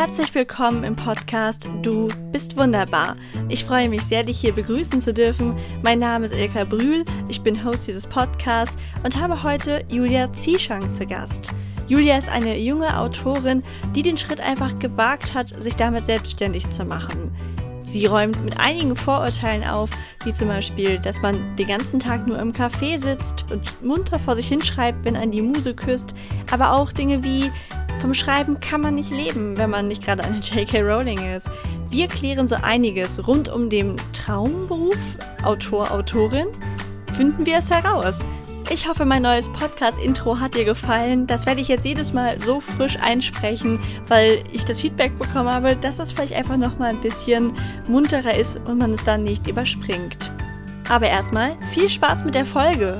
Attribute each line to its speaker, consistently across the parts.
Speaker 1: Herzlich willkommen im Podcast Du bist wunderbar. Ich freue mich sehr, dich hier begrüßen zu dürfen. Mein Name ist Ilka Brühl, ich bin Host dieses Podcasts und habe heute Julia Zieschang zu Gast. Julia ist eine junge Autorin, die den Schritt einfach gewagt hat, sich damit selbstständig zu machen. Sie räumt mit einigen Vorurteilen auf, wie zum Beispiel, dass man den ganzen Tag nur im Café sitzt und munter vor sich hinschreibt, wenn einen die Muse küsst, aber auch Dinge wie, vom Schreiben kann man nicht leben, wenn man nicht gerade eine J.K. Rowling ist. Wir klären so einiges rund um den Traumberuf Autor, Autorin. Finden wir es heraus. Ich hoffe, mein neues Podcast-Intro hat dir gefallen. Das werde ich jetzt jedes Mal so frisch einsprechen, weil ich das Feedback bekommen habe, dass es vielleicht einfach nochmal ein bisschen munterer ist und man es dann nicht überspringt. Aber erstmal viel Spaß mit der Folge!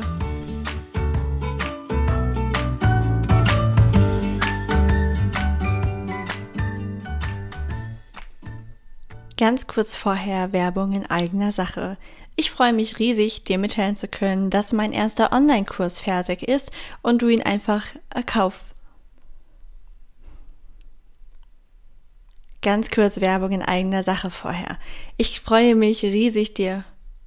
Speaker 1: Ganz kurz vorher Werbung in eigener Sache. Ich freue mich riesig, dir mitteilen zu können, dass mein erster Online-Kurs fertig ist und du ihn einfach kaufst. Ganz kurz Werbung in eigener Sache vorher. Ich freue mich riesig, dir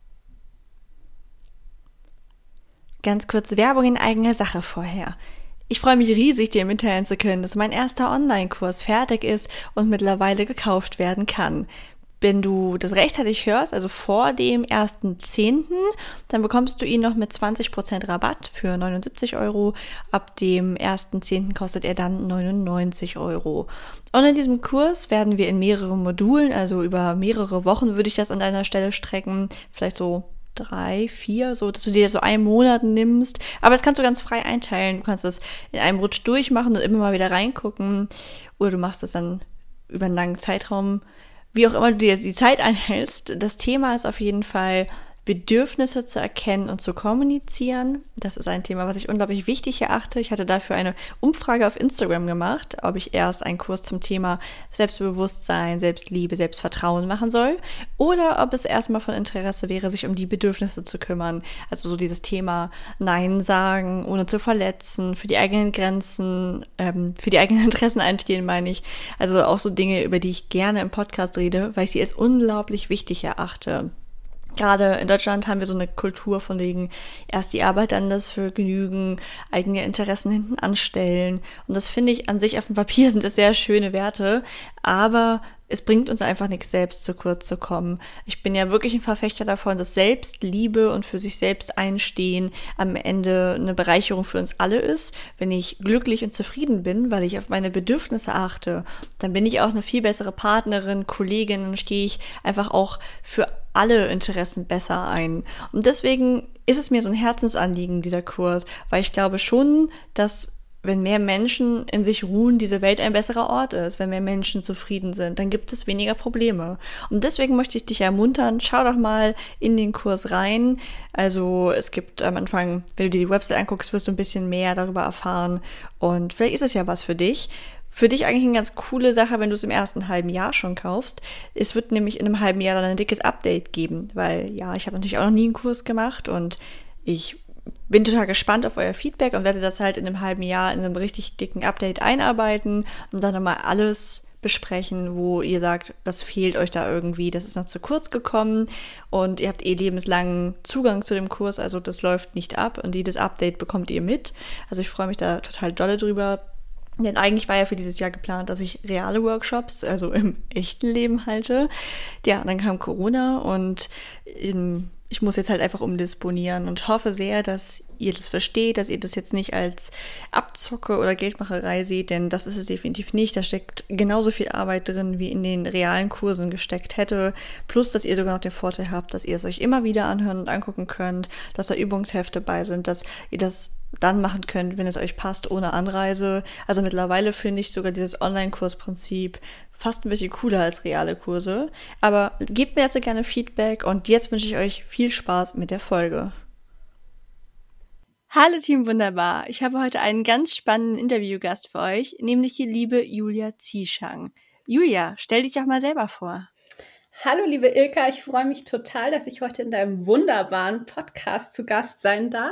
Speaker 1: mitteilen zu können, dass mein erster Online-Kurs fertig ist und mittlerweile gekauft werden kann. Wenn du das rechtzeitig hörst, also vor dem 1.10., dann bekommst du ihn noch mit 20% Rabatt für 79 €. Ab dem 1.10. kostet er dann 99 €. Und in diesem Kurs werden wir in mehreren Modulen, also über mehrere Wochen würde ich das an einer Stelle strecken, vielleicht so 3, 4, so, dass du dir so einen Monat nimmst. Aber das kannst du ganz frei einteilen. Du kannst das in einem Rutsch durchmachen und immer mal wieder reingucken. Oder du machst das dann über einen langen Zeitraum. Wie auch immer du dir die Zeit einhältst, das Thema ist auf jeden Fall, Bedürfnisse zu erkennen und zu kommunizieren. Das ist ein Thema, was ich unglaublich wichtig erachte. Ich hatte dafür eine Umfrage auf Instagram gemacht, ob ich erst einen Kurs zum Thema Selbstbewusstsein, Selbstliebe, Selbstvertrauen machen soll oder ob es erstmal von Interesse wäre, sich um die Bedürfnisse zu kümmern. Also so dieses Thema Nein sagen, ohne zu verletzen, für die eigenen Grenzen, für die eigenen Interessen einstehen, meine ich. Also auch so Dinge, über die ich gerne im Podcast rede, weil ich sie als unglaublich wichtig erachte. Gerade in Deutschland haben wir so eine Kultur von wegen erst die Arbeit, dann das Vergnügen, eigene Interessen hinten anstellen. Und das finde ich an sich auf dem Papier sind das sehr schöne Werte, aber es bringt uns einfach nichts, selbst zu kurz zu kommen. Ich bin ja wirklich ein Verfechter davon, dass Selbstliebe und für sich selbst einstehen am Ende eine Bereicherung für uns alle ist. Wenn ich glücklich und zufrieden bin, weil ich auf meine Bedürfnisse achte, dann bin ich auch eine viel bessere Partnerin, Kollegin, dann stehe ich einfach auch für alle Interessen besser ein. Und deswegen ist es mir so ein Herzensanliegen, dieser Kurs, weil ich glaube schon, dass wenn mehr Menschen in sich ruhen, diese Welt ein besserer Ort ist. Wenn mehr Menschen zufrieden sind, dann gibt es weniger Probleme. Und deswegen möchte ich dich ermuntern, schau doch mal in den Kurs rein. Also es gibt am Anfang, wenn du dir die Website anguckst, wirst du ein bisschen mehr darüber erfahren. Und vielleicht ist es ja was für dich. Für dich eigentlich eine ganz coole Sache, wenn du es im ersten halben Jahr schon kaufst. Es wird nämlich in einem halben Jahr dann ein dickes Update geben, weil ja, ich habe natürlich auch noch nie einen Kurs gemacht und ich bin total gespannt auf euer Feedback und werde das halt in einem halben Jahr in einem richtig dicken Update einarbeiten und dann nochmal alles besprechen, wo ihr sagt, das fehlt euch da irgendwie, das ist noch zu kurz gekommen und ihr habt lebenslangen Zugang zu dem Kurs, also das läuft nicht ab und jedes Update bekommt ihr mit. Also ich freue mich da total dolle drüber. Denn eigentlich war ja für dieses Jahr geplant, dass ich reale Workshops, also im echten Leben halte. Ja, dann kam Corona und ich muss jetzt halt einfach umdisponieren und hoffe sehr, dass ihr das versteht, dass ihr das jetzt nicht als Abzocke oder Geldmacherei seht, denn das ist es definitiv nicht. Da steckt genauso viel Arbeit drin, wie in den realen Kursen gesteckt hätte. Plus, dass ihr sogar noch den Vorteil habt, dass ihr es euch immer wieder anhören und angucken könnt, dass da Übungshefte bei sind, dass ihr das dann machen könnt, wenn es euch passt, ohne Anreise. Also mittlerweile finde ich sogar dieses Online-Kursprinzip fast ein bisschen cooler als reale Kurse. Aber gebt mir jetzt gerne Feedback und jetzt wünsche ich euch viel Spaß mit der Folge. Hallo Team Wunderbar, ich habe heute einen ganz spannenden Interviewgast für euch, nämlich die liebe Julia Zieschang. Julia, stell dich doch mal selber vor.
Speaker 2: Hallo liebe Ilka, ich freue mich total, dass ich heute in deinem wunderbaren Podcast zu Gast sein darf.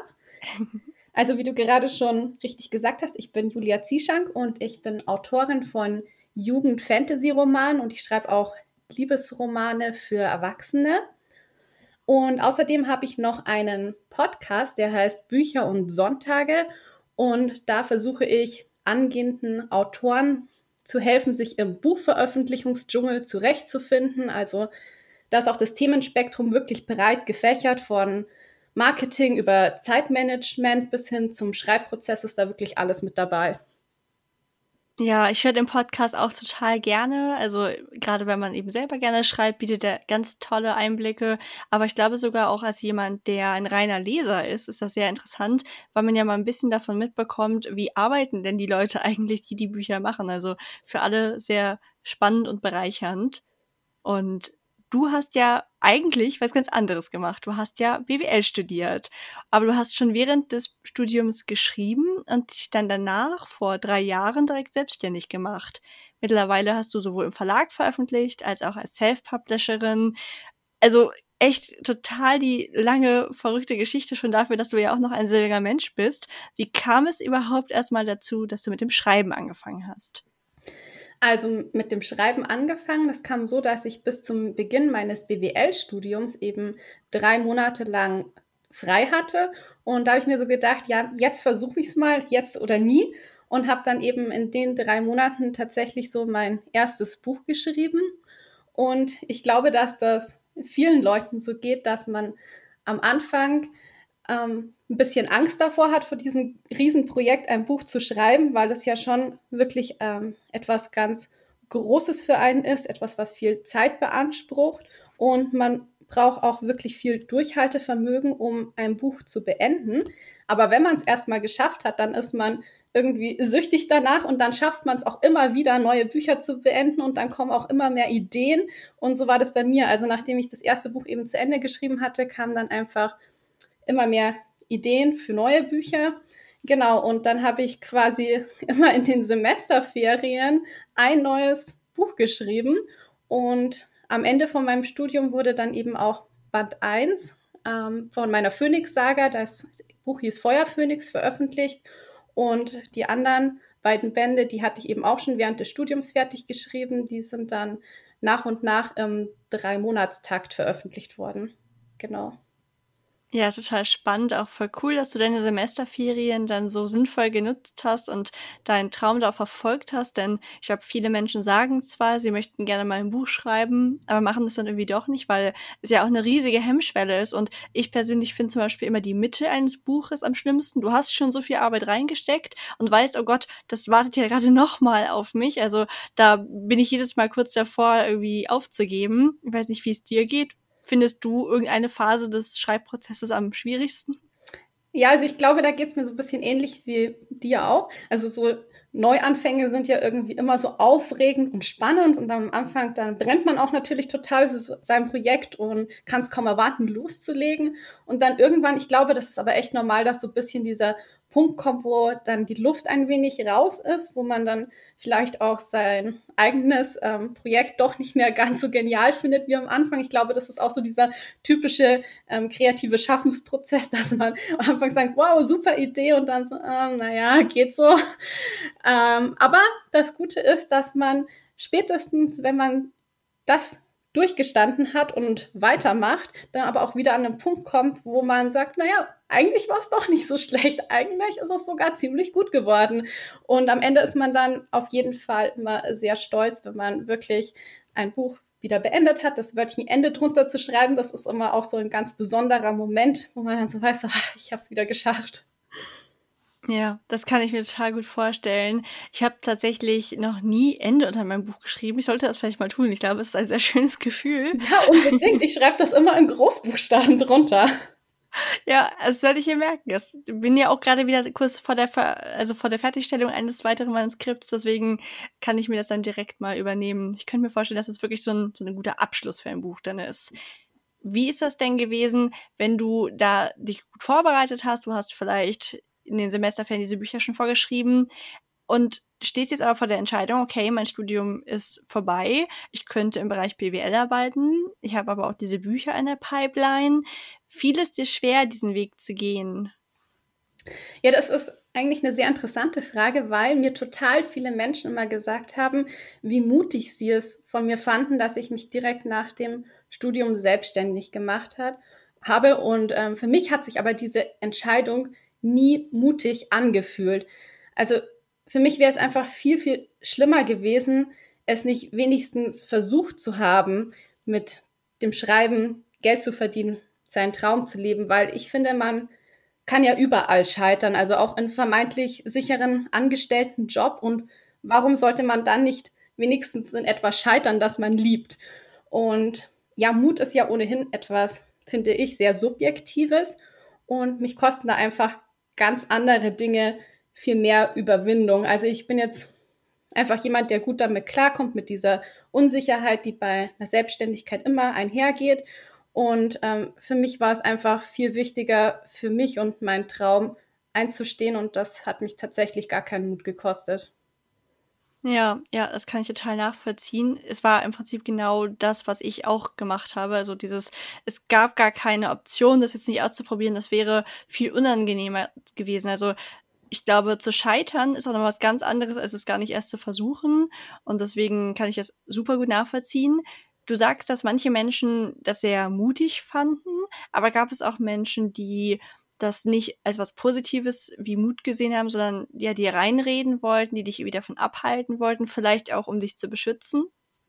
Speaker 2: Also wie du gerade schon richtig gesagt hast, ich bin Julia Zieschang und ich bin Autorin von Jugend-Fantasy-Roman und ich schreibe auch Liebesromane für Erwachsene. Und außerdem habe ich noch einen Podcast, der heißt Bücher und Sonntage. Und da versuche ich angehenden Autoren zu helfen, sich im Buchveröffentlichungsdschungel zurechtzufinden. Also da ist auch das Themenspektrum wirklich breit gefächert, von Marketing über Zeitmanagement bis hin zum Schreibprozess ist da wirklich alles mit dabei.
Speaker 1: Ja, ich höre den Podcast auch total gerne. Also gerade wenn man eben selber gerne schreibt, bietet er ganz tolle Einblicke. Aber ich glaube sogar auch als jemand, der ein reiner Leser ist das sehr interessant, weil man ja mal ein bisschen davon mitbekommt, wie arbeiten denn die Leute eigentlich, die die Bücher machen. Also für alle sehr spannend und bereichernd. Und du hast ja eigentlich was ganz anderes gemacht. Du hast ja BWL studiert, aber du hast schon während des Studiums geschrieben und dich dann danach vor 3 Jahren direkt selbstständig gemacht. Mittlerweile hast du sowohl im Verlag veröffentlicht als auch als Self-Publisherin. Also echt total die lange, verrückte Geschichte schon dafür, dass du ja auch noch ein sehr junger Mensch bist. Wie kam es überhaupt erstmal dazu, dass du mit dem Schreiben angefangen hast?
Speaker 2: Also mit dem Schreiben angefangen. Das kam so, dass ich bis zum Beginn meines BWL-Studiums eben 3 Monate lang frei hatte. Und da habe ich mir so gedacht, ja, jetzt versuche ich es mal, jetzt oder nie. Und habe dann eben in den 3 Monaten tatsächlich so mein erstes Buch geschrieben. Und ich glaube, dass das vielen Leuten so geht, dass man am Anfang ein bisschen Angst davor hat, vor diesem Riesenprojekt ein Buch zu schreiben, weil es ja schon wirklich etwas ganz Großes für einen ist, etwas, was viel Zeit beansprucht und man braucht auch wirklich viel Durchhaltevermögen, um ein Buch zu beenden. Aber wenn man es erstmal geschafft hat, dann ist man irgendwie süchtig danach und dann schafft man es auch immer wieder, neue Bücher zu beenden und dann kommen auch immer mehr Ideen. Und so war das bei mir. Also nachdem ich das erste Buch eben zu Ende geschrieben hatte, kam dann einfach immer mehr Ideen für neue Bücher. Genau, und dann habe ich quasi immer in den Semesterferien ein neues Buch geschrieben. Und am Ende von meinem Studium wurde dann eben auch Band 1 von meiner Phoenix-Saga, das Buch hieß Feuerphönix, veröffentlicht. Und die anderen beiden Bände, die hatte ich eben auch schon während des Studiums fertig geschrieben. Die sind dann nach und nach im 3-Monatstakt veröffentlicht worden. Genau.
Speaker 1: Ja, total spannend. Auch voll cool, dass du deine Semesterferien dann so sinnvoll genutzt hast und deinen Traum da auch verfolgt hast. Denn ich glaube, viele Menschen sagen zwar, sie möchten gerne mal ein Buch schreiben, aber machen das dann irgendwie doch nicht, weil es ja auch eine riesige Hemmschwelle ist. Und ich persönlich finde zum Beispiel immer die Mitte eines Buches am schlimmsten. Du hast schon so viel Arbeit reingesteckt und weißt, oh Gott, das wartet ja gerade noch mal auf mich. Also da bin ich jedes Mal kurz davor, irgendwie aufzugeben. Ich weiß nicht, wie es dir geht. Findest du irgendeine Phase des Schreibprozesses am schwierigsten?
Speaker 2: Ja, also ich glaube, da geht's mir so ein bisschen ähnlich wie dir auch. Also so Neuanfänge sind ja irgendwie immer so aufregend und spannend und am Anfang dann brennt man auch natürlich total für so sein Projekt und kann es kaum erwarten, loszulegen. Und dann irgendwann, ich glaube, das ist aber echt normal, dass so ein bisschen dieser Punkt kommt, wo dann die Luft ein wenig raus ist, wo man dann vielleicht auch sein eigenes Projekt doch nicht mehr ganz so genial findet wie am Anfang. Ich glaube, das ist auch so dieser typische kreative Schaffensprozess, dass man am Anfang sagt, wow, super Idee und dann so, naja, geht so. Aber das Gute ist, dass man spätestens, wenn man das durchgestanden hat und weitermacht, dann aber auch wieder an den Punkt kommt, wo man sagt, naja, eigentlich war es doch nicht so schlecht, eigentlich ist es sogar ziemlich gut geworden. Und am Ende ist man dann auf jeden Fall immer sehr stolz, wenn man wirklich ein Buch wieder beendet hat, das Wörtchen Ende drunter zu schreiben, das ist immer auch so ein ganz besonderer Moment, wo man dann so weiß, ich habe es wieder geschafft.
Speaker 1: Ja, das kann ich mir total gut vorstellen. Ich habe tatsächlich noch nie Ende unter meinem Buch geschrieben. Ich sollte das vielleicht mal tun. Ich glaube, es ist ein sehr schönes Gefühl.
Speaker 2: Ja, unbedingt. Ich schreibe das immer in Großbuchstaben drunter.
Speaker 1: Ja, das sollte ich mir merken. Ich bin ja auch gerade wieder kurz vor der vor der Fertigstellung eines weiteren Manuskripts, deswegen kann ich mir das dann direkt mal übernehmen. Ich könnte mir vorstellen, dass es wirklich so ein guter Abschluss für ein Buch dann ist. Wie ist das denn gewesen, wenn du da dich gut vorbereitet hast? Du hast vielleicht in den Semesterferien diese Bücher schon vorgeschrieben und stehst jetzt aber vor der Entscheidung, okay, mein Studium ist vorbei, ich könnte im Bereich BWL arbeiten, ich habe aber auch diese Bücher in der Pipeline. Fiel es dir schwer, diesen Weg zu gehen?
Speaker 2: Ja, das ist eigentlich eine sehr interessante Frage, weil mir total viele Menschen immer gesagt haben, wie mutig sie es von mir fanden, dass ich mich direkt nach dem Studium selbstständig habe. Und für mich hat sich aber diese Entscheidung nie mutig angefühlt. Also für mich wäre es einfach viel, viel schlimmer gewesen, es nicht wenigstens versucht zu haben, mit dem Schreiben Geld zu verdienen, seinen Traum zu leben, weil ich finde, man kann ja überall scheitern, also auch in vermeintlich sicheren Angestelltenjob. Und warum sollte man dann nicht wenigstens in etwas scheitern, das man liebt? Und ja, Mut ist ja ohnehin etwas, finde ich, sehr Subjektives. Und mich kosten da einfach ganz andere Dinge viel mehr Überwindung. Also ich bin jetzt einfach jemand, der gut damit klarkommt, mit dieser Unsicherheit, die bei einer Selbstständigkeit immer einhergeht. Und für mich war es einfach viel wichtiger, für mich und meinen Traum einzustehen. Und das hat mich tatsächlich gar keinen Mut gekostet.
Speaker 1: Ja, ja, das kann ich total nachvollziehen. Es war im Prinzip genau das, was ich auch gemacht habe. Also es gab gar keine Option, das jetzt nicht auszuprobieren. Das wäre viel unangenehmer gewesen. Also ich glaube, zu scheitern ist auch noch was ganz anderes, als es gar nicht erst zu versuchen. Und deswegen kann ich das super gut nachvollziehen. Du sagst, dass manche Menschen das sehr mutig fanden, aber gab es auch Menschen, die das nicht als was Positives wie Mut gesehen haben, sondern ja, dir reinreden wollten, die dich irgendwie davon abhalten wollten, vielleicht auch, um dich zu beschützen?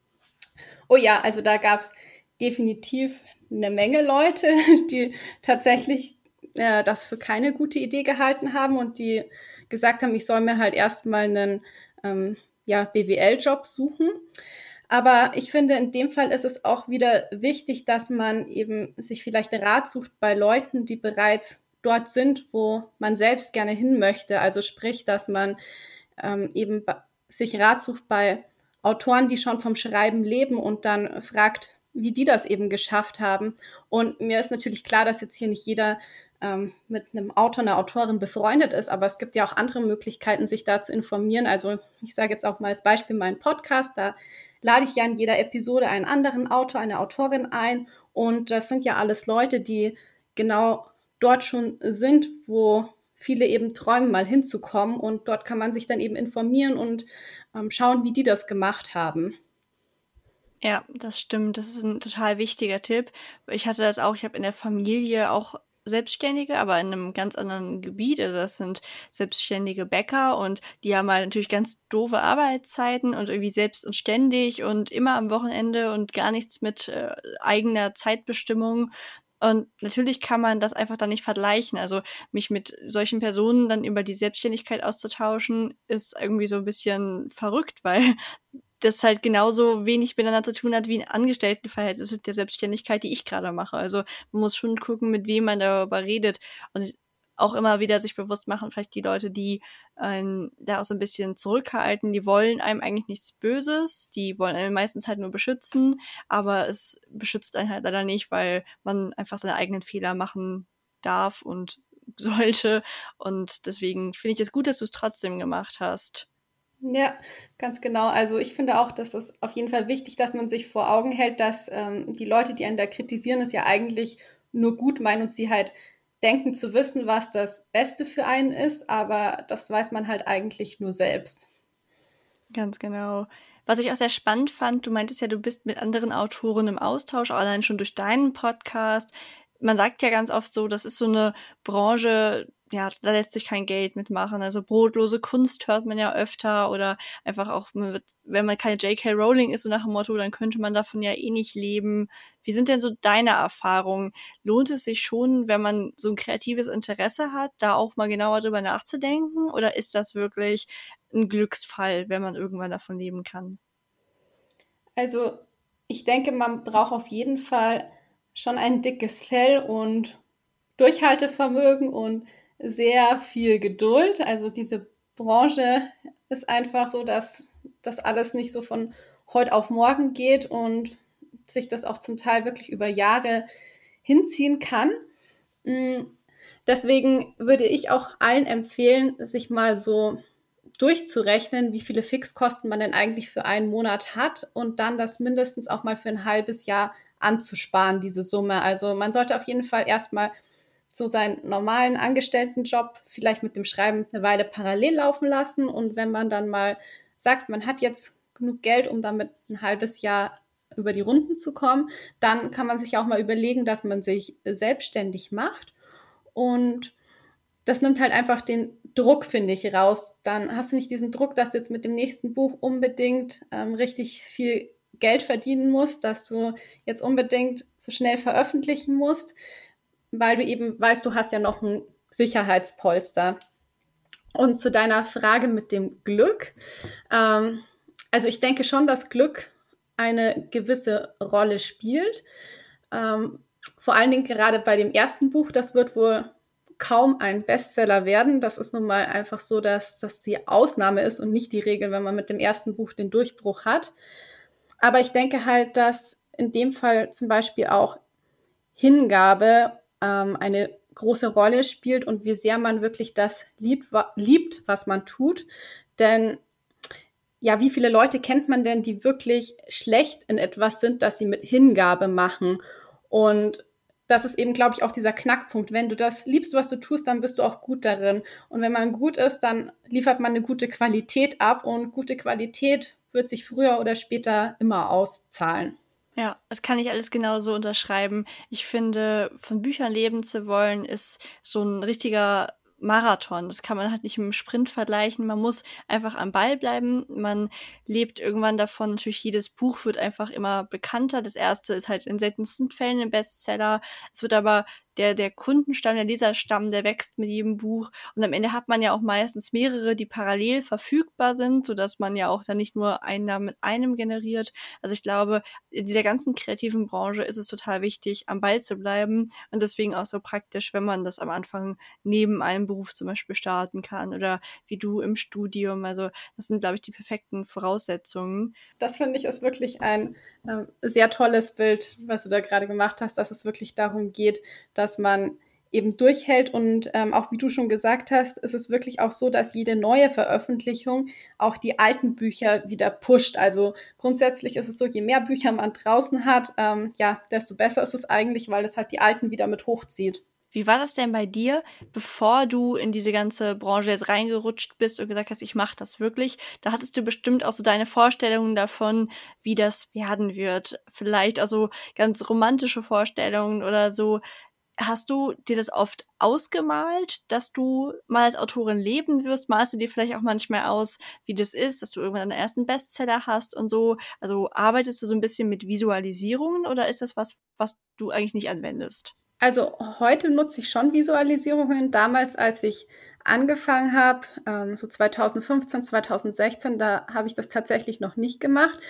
Speaker 2: Oh ja, also da gab es definitiv eine Menge Leute, die tatsächlich das für keine gute Idee gehalten haben und die gesagt haben, ich soll mir halt erstmal einen ja, BWL-Job suchen. Aber ich finde, in dem Fall ist es auch wieder wichtig, dass man eben sich vielleicht Rat sucht bei Leuten, die bereits dort sind, wo man selbst gerne hin möchte. Also sprich, dass man eben sich Rat sucht bei Autoren, die schon vom Schreiben leben und dann fragt, wie die das eben geschafft haben. Und mir ist natürlich klar, dass jetzt hier nicht jeder mit einem Autor, einer Autorin befreundet ist, aber es gibt ja auch andere Möglichkeiten, sich da zu informieren. Also ich sage jetzt auch mal als Beispiel meinen Podcast, da lade ich ja in jeder Episode einen anderen Autor, eine Autorin ein und das sind ja alles Leute, die genau dort schon sind, wo viele eben träumen, mal hinzukommen und dort kann man sich dann eben informieren und schauen, wie die das gemacht haben.
Speaker 1: Ja, das stimmt. Das ist ein total wichtiger Tipp. Ich hatte das auch, ich habe in der Familie auch Selbstständige, aber in einem ganz anderen Gebiet. Also, das sind selbstständige Bäcker und die haben halt natürlich ganz doofe Arbeitszeiten und irgendwie selbst und ständig und immer am Wochenende und gar nichts mit, eigener Zeitbestimmung. Und natürlich kann man das einfach dann nicht vergleichen. Also, mich mit solchen Personen dann über die Selbstständigkeit auszutauschen, ist irgendwie so ein bisschen verrückt, weil das halt genauso wenig miteinander zu tun hat wie 'n Angestelltenverhältnis mit der Selbstständigkeit, die ich gerade mache. Also, man muss schon gucken, mit wem man darüber redet und auch immer wieder sich bewusst machen, vielleicht die Leute, die einen da auch so ein bisschen zurückhalten, die wollen einem eigentlich nichts Böses, die wollen einen meistens halt nur beschützen, aber es beschützt einen halt leider nicht, weil man einfach seine eigenen Fehler machen darf und sollte und deswegen finde ich es gut, dass du es trotzdem gemacht hast.
Speaker 2: Ja, ganz genau. Also ich finde auch, dass es auf jeden Fall wichtig, dass man sich vor Augen hält, dass die Leute, die einen da kritisieren, es ja eigentlich nur gut meinen und sie halt denken zu wissen, was das Beste für einen ist, aber das weiß man halt eigentlich nur selbst.
Speaker 1: Ganz genau. Was ich auch sehr spannend fand, du meintest ja, du bist mit anderen Autoren im Austausch, allein schon durch deinen Podcast. Man sagt ja ganz oft so, das ist so eine Branche, ja, da lässt sich kein Geld mitmachen. Also, brotlose Kunst hört man ja öfter oder einfach auch, man wird wenn man keine J.K. Rowling ist, so nach dem Motto, dann könnte man davon ja eh nicht leben. Wie sind denn so deine Erfahrungen? Lohnt es sich schon, wenn man so ein kreatives Interesse hat, da auch mal genauer drüber nachzudenken? Oder ist das wirklich 'n Glücksfall, wenn man irgendwann davon leben kann?
Speaker 2: Also ich denke, man braucht auf jeden Fall schon ein dickes Fell und Durchhaltevermögen und sehr viel Geduld. Also diese Branche ist einfach so, dass das alles nicht so von heute auf morgen geht und sich das auch zum Teil wirklich über Jahre hinziehen kann. Mm, Deswegen würde ich auch allen empfehlen, sich mal so durchzurechnen, wie viele Fixkosten man denn eigentlich für einen Monat hat und dann das mindestens auch mal für ein halbes Jahr anzusparen, diese Summe. Also man sollte auf jeden Fall erstmal so seinen normalen Angestelltenjob vielleicht mit dem Schreiben eine Weile parallel laufen lassen. Und wenn man dann mal sagt, man hat jetzt genug Geld, um damit ein halbes Jahr über die Runden zu kommen, dann kann man sich auch mal überlegen, dass man sich selbstständig macht. Und das nimmt halt einfach den Druck, finde ich, raus. Dann hast du nicht diesen Druck, dass du jetzt mit dem nächsten Buch unbedingt richtig viel Geld verdienen musst, dass du jetzt unbedingt so schnell veröffentlichen musst, weil du eben weißt, du hast ja noch ein Sicherheitspolster. Und zu deiner Frage mit dem Glück. Also ich denke schon, dass Glück eine gewisse Rolle spielt. Vor allen Dingen gerade bei dem ersten Buch, das wird wohl kaum ein Bestseller werden. Das ist nun mal einfach so, dass das die Ausnahme ist und nicht die Regel, wenn man mit dem ersten Buch den Durchbruch hat. Aber ich denke halt, dass in dem Fall zum Beispiel auch Hingabe eine große Rolle spielt und wie sehr man wirklich das liebt, was man tut. Denn ja, wie viele Leute kennt man denn, die wirklich schlecht in etwas sind, das sie mit Hingabe machen? Und das ist eben, glaube ich, auch dieser Knackpunkt. Wenn du das liebst, was du tust, dann bist du auch gut darin. Und wenn man gut ist, dann liefert man eine gute Qualität ab. Und gute Qualität wird sich früher oder später immer auszahlen.
Speaker 1: Ja, das kann ich alles genauso unterschreiben. Ich finde, von Büchern leben zu wollen, ist so ein richtiger Marathon. Das kann man halt nicht mit einem Sprint vergleichen. Man muss einfach am Ball bleiben. Man lebt irgendwann davon. Natürlich, jedes Buch wird einfach immer bekannter. Das erste ist halt in seltensten Fällen ein Bestseller. Es wird aber der Kundenstamm, der Leserstamm, der wächst mit jedem Buch. Und am Ende hat man ja auch meistens mehrere, die parallel verfügbar sind, sodass man ja auch dann nicht nur Einnahmen mit einem generiert. Also ich glaube, in dieser ganzen kreativen Branche ist es total wichtig, am Ball zu bleiben und deswegen auch so praktisch, wenn man das am Anfang neben einem Beruf zum Beispiel starten kann oder wie du im Studium. Also das sind, glaube ich, die perfekten Voraussetzungen.
Speaker 2: Das finde ich ist wirklich ein sehr tolles Bild, was du da gerade gemacht hast, dass es wirklich darum geht, dass man eben durchhält und auch wie du schon gesagt hast, ist es wirklich auch so, dass jede neue Veröffentlichung auch die alten Bücher wieder pusht. Also grundsätzlich ist es so, je mehr Bücher man draußen hat, ja, desto besser ist es eigentlich, weil es halt die alten wieder mit hochzieht.
Speaker 1: Wie war das denn bei dir, bevor du in diese ganze Branche jetzt reingerutscht bist und gesagt hast, ich mache das wirklich? Da hattest du bestimmt auch so deine Vorstellungen davon, wie das werden wird. Vielleicht auch so ganz romantische Vorstellungen oder so. Hast du dir das oft ausgemalt, dass du mal als Autorin leben wirst? Malst du dir vielleicht auch manchmal aus, wie das ist, dass du irgendwann deinen ersten Bestseller hast und so? Also arbeitest du so ein bisschen mit Visualisierungen oder ist das was du eigentlich nicht anwendest?
Speaker 2: Also heute nutze ich schon Visualisierungen. Damals, als ich angefangen habe, so 2015, 2016, da habe ich das tatsächlich noch nicht gemacht.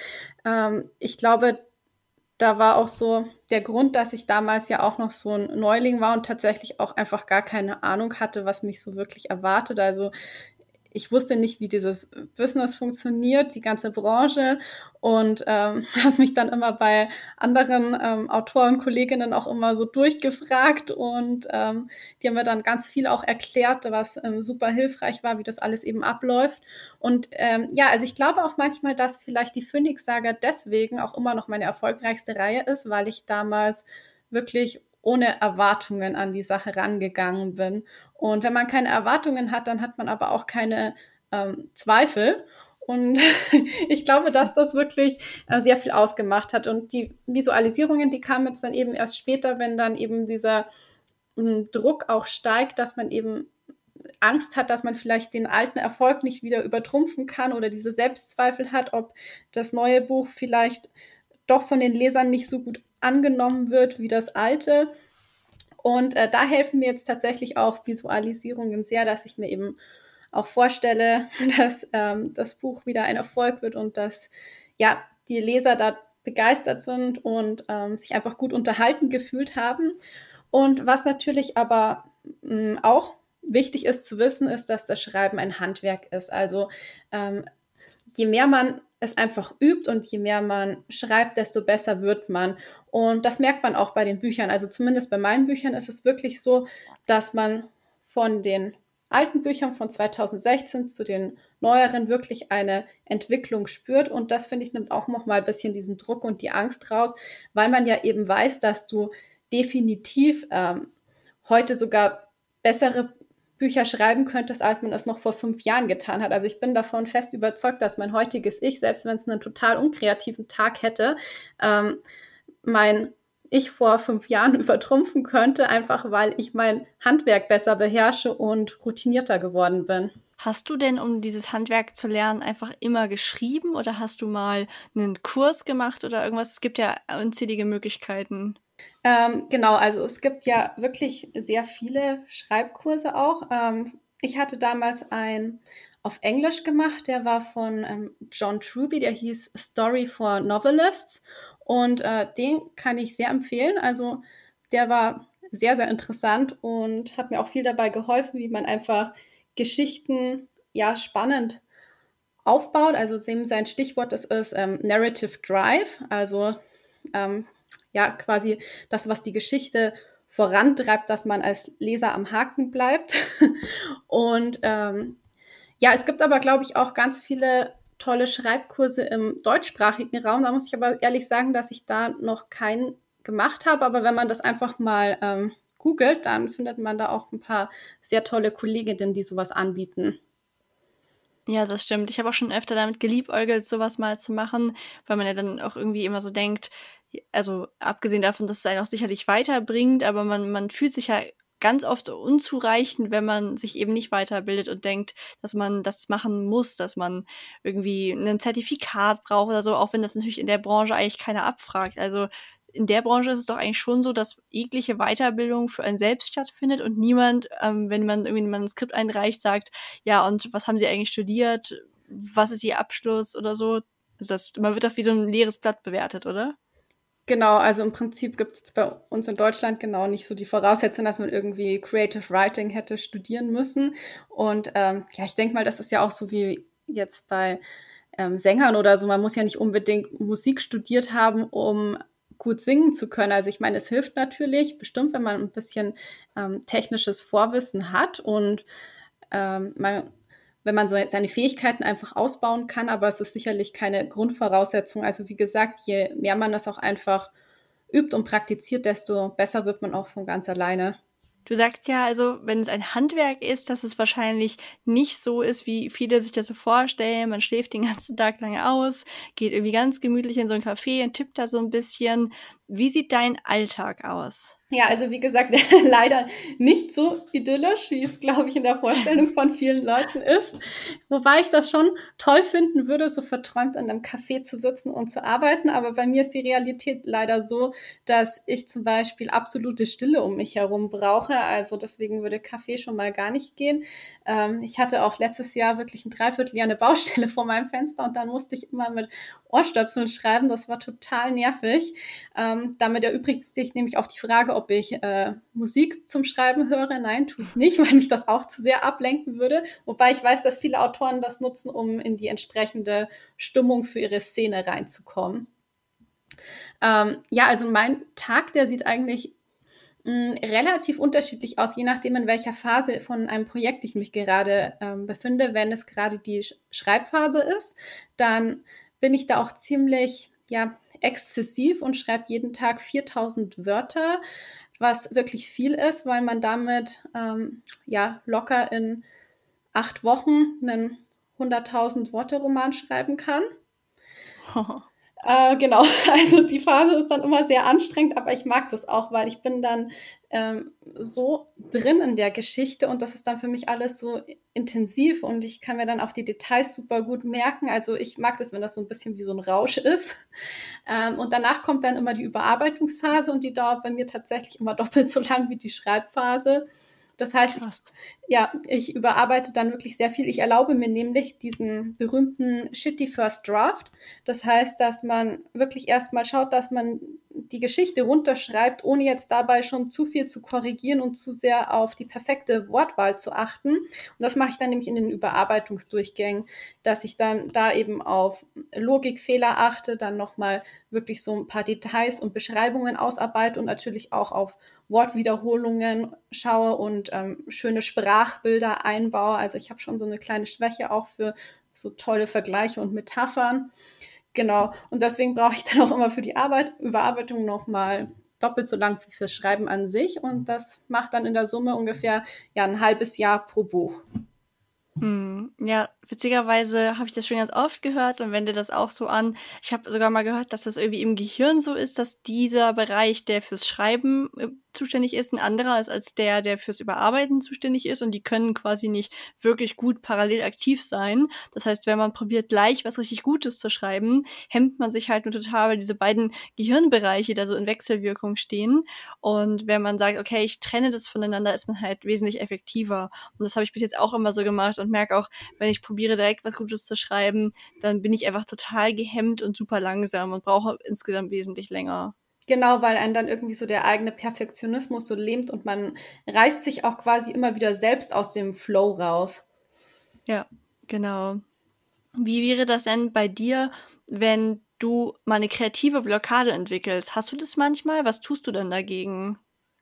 Speaker 2: Ich glaube, da war auch so der Grund, dass ich damals ja auch noch so ein Neuling war und tatsächlich auch einfach gar keine Ahnung hatte, was mich so wirklich erwartet. Also ich wusste nicht, wie dieses Business funktioniert, die ganze Branche und habe mich dann immer bei anderen Autoren, Kolleginnen auch immer so durchgefragt und die haben mir dann ganz viel auch erklärt, was super hilfreich war, wie das alles eben abläuft. Und ja, also ich glaube auch manchmal, dass vielleicht die Phoenix-Saga deswegen auch immer noch meine erfolgreichste Reihe ist, weil ich damals wirklich ohne Erwartungen an die Sache rangegangen bin. Und wenn man keine Erwartungen hat, dann hat man aber auch keine Zweifel. Und ich glaube, dass das wirklich sehr viel ausgemacht hat. Und die Visualisierungen, die kamen jetzt dann eben erst später, wenn dann eben dieser Druck auch steigt, dass man eben Angst hat, dass man vielleicht den alten Erfolg nicht wieder übertrumpfen kann oder diese Selbstzweifel hat, ob das neue Buch vielleicht doch von den Lesern nicht so gut angenommen wird wie das alte. Und da helfen mir jetzt tatsächlich auch Visualisierungen sehr, dass ich mir eben auch vorstelle, dass das Buch wieder ein Erfolg wird und dass ja die Leser da begeistert sind und sich einfach gut unterhalten gefühlt haben. Und was natürlich aber auch wichtig ist zu wissen, ist, dass das Schreiben ein Handwerk ist. Also je mehr man es einfach übt und je mehr man schreibt, desto besser wird man. Und das merkt man auch bei den Büchern. Also zumindest bei meinen Büchern ist es wirklich so, dass man von den alten Büchern von 2016 zu den neueren wirklich eine Entwicklung spürt. Und das, finde ich, nimmt auch noch mal ein bisschen diesen Druck und die Angst raus, weil man ja eben weiß, dass du definitiv heute sogar bessere Bücher schreiben könntest, als man das noch vor 5 Jahren getan hat. Also ich bin davon fest überzeugt, dass mein heutiges Ich, selbst wenn es einen total unkreativen Tag hätte, mein Ich vor 5 Jahren übertrumpfen könnte, einfach weil ich mein Handwerk besser beherrsche und routinierter geworden bin.
Speaker 1: Hast du denn, um dieses Handwerk zu lernen, einfach immer geschrieben oder hast du mal einen Kurs gemacht oder irgendwas? Es gibt ja unzählige Möglichkeiten.
Speaker 2: Genau, also es gibt ja wirklich sehr viele Schreibkurse auch. Ich hatte damals einen auf Englisch gemacht, der war von John Truby, der hieß Story for Novelists und den kann ich sehr empfehlen. Also der war sehr, sehr interessant und hat mir auch viel dabei geholfen, wie man einfach Geschichten ja spannend aufbaut. Also sein Stichwort, das ist Narrative Drive, also ähm, ja quasi das, was die Geschichte vorantreibt, dass man als Leser am Haken bleibt. Und ja, es gibt aber, glaube ich, auch ganz viele tolle Schreibkurse im deutschsprachigen Raum. Da muss ich aber ehrlich sagen, dass ich da noch keinen gemacht habe. Aber wenn man das einfach mal googelt, dann findet man da auch ein paar sehr tolle Kolleginnen, die sowas anbieten.
Speaker 1: Ja, das stimmt. Ich habe auch schon öfter damit geliebäugelt, sowas mal zu machen, weil man ja dann auch irgendwie immer so denkt, also abgesehen davon, dass es einen auch sicherlich weiterbringt, aber man fühlt sich ja ganz oft unzureichend, wenn man sich eben nicht weiterbildet und denkt, dass man das machen muss, dass man irgendwie ein Zertifikat braucht oder so, auch wenn das natürlich in der Branche eigentlich keiner abfragt. Also in der Branche ist es doch eigentlich schon so, dass jegliche Weiterbildung für einen selbst stattfindet und niemand, wenn man irgendwie ein Manuskript einreicht, sagt, ja, und was haben Sie eigentlich studiert? Was ist Ihr Abschluss oder so? Also man wird doch wie so ein leeres Blatt bewertet, oder?
Speaker 2: Genau, also im Prinzip gibt es bei uns in Deutschland genau nicht so die Voraussetzung, dass man irgendwie Creative Writing hätte studieren müssen. Und ja, ich denke mal, das ist ja auch so wie jetzt bei Sängern oder so. Man muss ja nicht unbedingt Musik studiert haben, um gut singen zu können. Also ich meine, es hilft natürlich, bestimmt, wenn man ein bisschen technisches Vorwissen hat und wenn man so seine Fähigkeiten einfach ausbauen kann, aber es ist sicherlich keine Grundvoraussetzung. Also wie gesagt, je mehr man das auch einfach übt und praktiziert, desto besser wird man auch von ganz alleine.
Speaker 1: Du sagst ja also, wenn es ein Handwerk ist, dass es wahrscheinlich nicht so ist, wie viele sich das so vorstellen. Man schläft den ganzen Tag lang aus, geht irgendwie ganz gemütlich in so ein Café und tippt da so ein bisschen. Wie sieht dein Alltag aus?
Speaker 2: Ja, also wie gesagt, leider nicht so idyllisch, wie es, glaube ich, in der Vorstellung von vielen Leuten ist. Wobei ich das schon toll finden würde, so verträumt in einem Café zu sitzen und zu arbeiten. Aber bei mir ist die Realität leider so, dass ich zum Beispiel absolute Stille um mich herum brauche. Also deswegen würde Kaffee schon mal gar nicht gehen. Ich hatte auch letztes Jahr wirklich ein Dreivierteljahr eine Baustelle vor meinem Fenster und dann musste ich immer mit Ohrstöpseln schreiben. Das war total nervig. Damit erübrigt sich nämlich auch die Frage, ob ich Musik zum Schreiben höre. Nein, tue ich nicht, weil mich das auch zu sehr ablenken würde. Wobei ich weiß, dass viele Autoren das nutzen, um in die entsprechende Stimmung für ihre Szene reinzukommen. Ja, also mein Tag, der sieht eigentlich relativ unterschiedlich aus, je nachdem, in welcher Phase von einem Projekt ich mich gerade befinde. Wenn es gerade die Schreibphase ist, dann bin ich da auch ziemlich, ja, exzessiv und schreibe jeden Tag 4000 Wörter, was wirklich viel ist, weil man damit ja locker in 8 Wochen einen 100.000 Worte Roman schreiben kann. Genau, also die Phase ist dann immer sehr anstrengend, aber ich mag das auch, weil ich bin dann so drin in der Geschichte und das ist dann für mich alles so intensiv und ich kann mir dann auch die Details super gut merken. Also ich mag das, wenn das so ein bisschen wie so ein Rausch ist. Und danach kommt dann immer die Überarbeitungsphase und die dauert bei mir tatsächlich immer doppelt so lang wie die Schreibphase. Das heißt, ich überarbeite dann wirklich sehr viel. Ich erlaube mir nämlich diesen berühmten Shitty First Draft. Das heißt, dass man wirklich erstmal schaut, dass man die Geschichte runterschreibt, ohne jetzt dabei schon zu viel zu korrigieren und zu sehr auf die perfekte Wortwahl zu achten. Und das mache ich dann nämlich in den Überarbeitungsdurchgängen, dass ich dann da eben auf Logikfehler achte, dann nochmal wirklich so ein paar Details und Beschreibungen ausarbeite und natürlich auch auf Wortwiederholungen schaue und schöne Sprachbilder einbaue. Also ich habe schon so eine kleine Schwäche auch für so tolle Vergleiche und Metaphern. Genau. Und deswegen brauche ich dann auch immer für die Überarbeitung nochmal doppelt so lang wie fürs Schreiben an sich und das macht dann in der Summe ungefähr ja ein halbes Jahr pro Buch.
Speaker 1: Ja, witzigerweise habe ich das schon ganz oft gehört und wende das auch so an. Ich habe sogar mal gehört, dass das irgendwie im Gehirn so ist, dass dieser Bereich, der fürs Schreiben zuständig ist, ein anderer ist als der fürs Überarbeiten zuständig ist und die können quasi nicht wirklich gut parallel aktiv sein. Das heißt, wenn man probiert, gleich was richtig Gutes zu schreiben, hemmt man sich halt nur total, weil diese beiden Gehirnbereiche da so in Wechselwirkung stehen. Und wenn man sagt, okay, ich trenne das voneinander, ist man halt wesentlich effektiver. Und das habe ich bis jetzt auch immer so gemacht und merke auch, wenn ich probiere, direkt was Gutes zu schreiben, dann bin ich einfach total gehemmt und super langsam und brauche insgesamt wesentlich länger.
Speaker 2: Genau, weil einen dann irgendwie so der eigene Perfektionismus so lähmt und man reißt sich auch quasi immer wieder selbst aus dem Flow raus.
Speaker 1: Ja, genau. Wie wäre das denn bei dir, wenn du mal eine kreative Blockade entwickelst? Hast du das manchmal? Was tust du denn dagegen?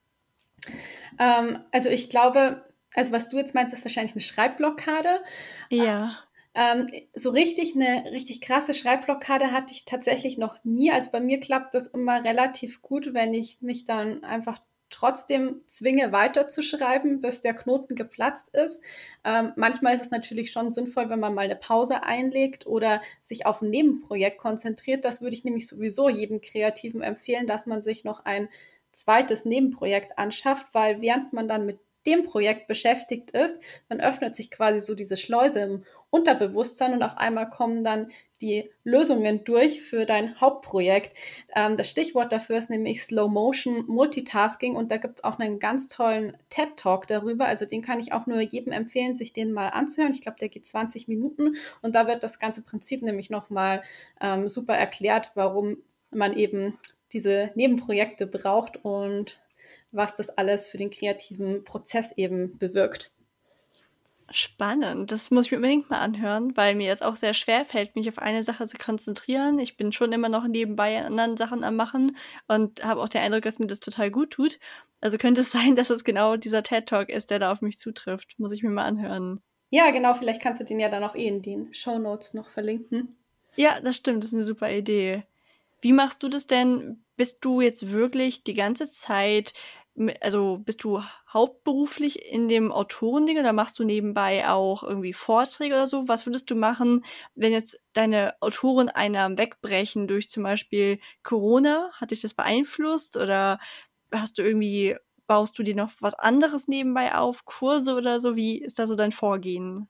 Speaker 2: Also ich glaube, also was du jetzt meinst, ist wahrscheinlich eine Schreibblockade.
Speaker 1: Ja.
Speaker 2: So richtig eine richtig krasse Schreibblockade hatte ich tatsächlich noch nie. Also bei mir klappt das immer relativ gut, wenn ich mich dann einfach trotzdem zwinge, weiterzuschreiben, bis der Knoten geplatzt ist. Manchmal ist es natürlich schon sinnvoll, wenn man mal eine Pause einlegt oder sich auf ein Nebenprojekt konzentriert. Das würde ich nämlich sowieso jedem Kreativen empfehlen, dass man sich noch ein zweites Nebenprojekt anschafft, weil während man dann mit dem Projekt beschäftigt ist, dann öffnet sich quasi so diese Schleuse im Unterbewusstsein und auf einmal kommen dann die Lösungen durch für dein Hauptprojekt. Das Stichwort dafür ist nämlich Slow Motion Multitasking und da gibt es auch einen ganz tollen TED Talk darüber. Also den kann ich auch nur jedem empfehlen, sich den mal anzuhören. Ich glaube, der geht 20 Minuten und da wird das ganze Prinzip nämlich nochmal super erklärt, warum man eben diese Nebenprojekte braucht und was das alles für den kreativen Prozess eben bewirkt.
Speaker 1: Spannend. Das muss ich mir unbedingt mal anhören, weil mir es auch sehr schwer fällt, mich auf eine Sache zu konzentrieren. Ich bin schon immer noch nebenbei an anderen Sachen am Machen und habe auch den Eindruck, dass mir das total gut tut. Also könnte es sein, dass es genau dieser TED Talk ist, der da auf mich zutrifft. Muss ich mir mal anhören.
Speaker 2: Ja, genau, vielleicht kannst du den ja dann auch in den Shownotes noch verlinken.
Speaker 1: Ja, das stimmt, das ist eine super Idee. Wie machst du das denn? Bist du jetzt wirklich die ganze Zeit, also bist du hauptberuflich in dem Autorending oder machst du nebenbei auch irgendwie Vorträge oder so? Was würdest du machen, wenn jetzt deine Autoreneinnahmen wegbrechen durch zum Beispiel Corona? Hat dich das beeinflusst oder hast du irgendwie, baust du dir noch was anderes nebenbei auf, Kurse oder so? Wie ist da so dein Vorgehen?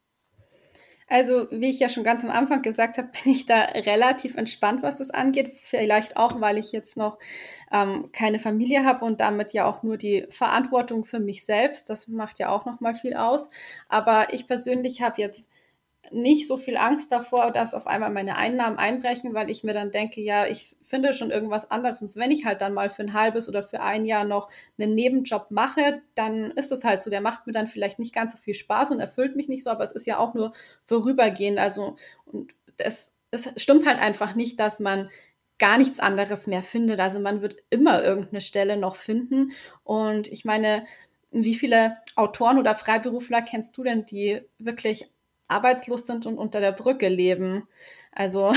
Speaker 2: Also, wie ich ja schon ganz am Anfang gesagt habe, bin ich da relativ entspannt, was das angeht. Vielleicht auch, weil ich jetzt noch keine Familie habe und damit ja auch nur die Verantwortung für mich selbst. Das macht ja auch noch mal viel aus. Aber ich persönlich habe jetzt nicht so viel Angst davor, dass auf einmal meine Einnahmen einbrechen, weil ich mir dann denke, ja, ich finde schon irgendwas anderes. Und wenn ich halt dann mal für ein halbes oder für ein Jahr noch einen Nebenjob mache, dann ist es halt so, der macht mir dann vielleicht nicht ganz so viel Spaß und erfüllt mich nicht so, aber es ist ja auch nur vorübergehend. Also, und es stimmt halt einfach nicht, dass man gar nichts anderes mehr findet. Also man wird immer irgendeine Stelle noch finden. Und ich meine, wie viele Autoren oder Freiberufler kennst du denn, die wirklich arbeitslos sind und unter der Brücke leben? Also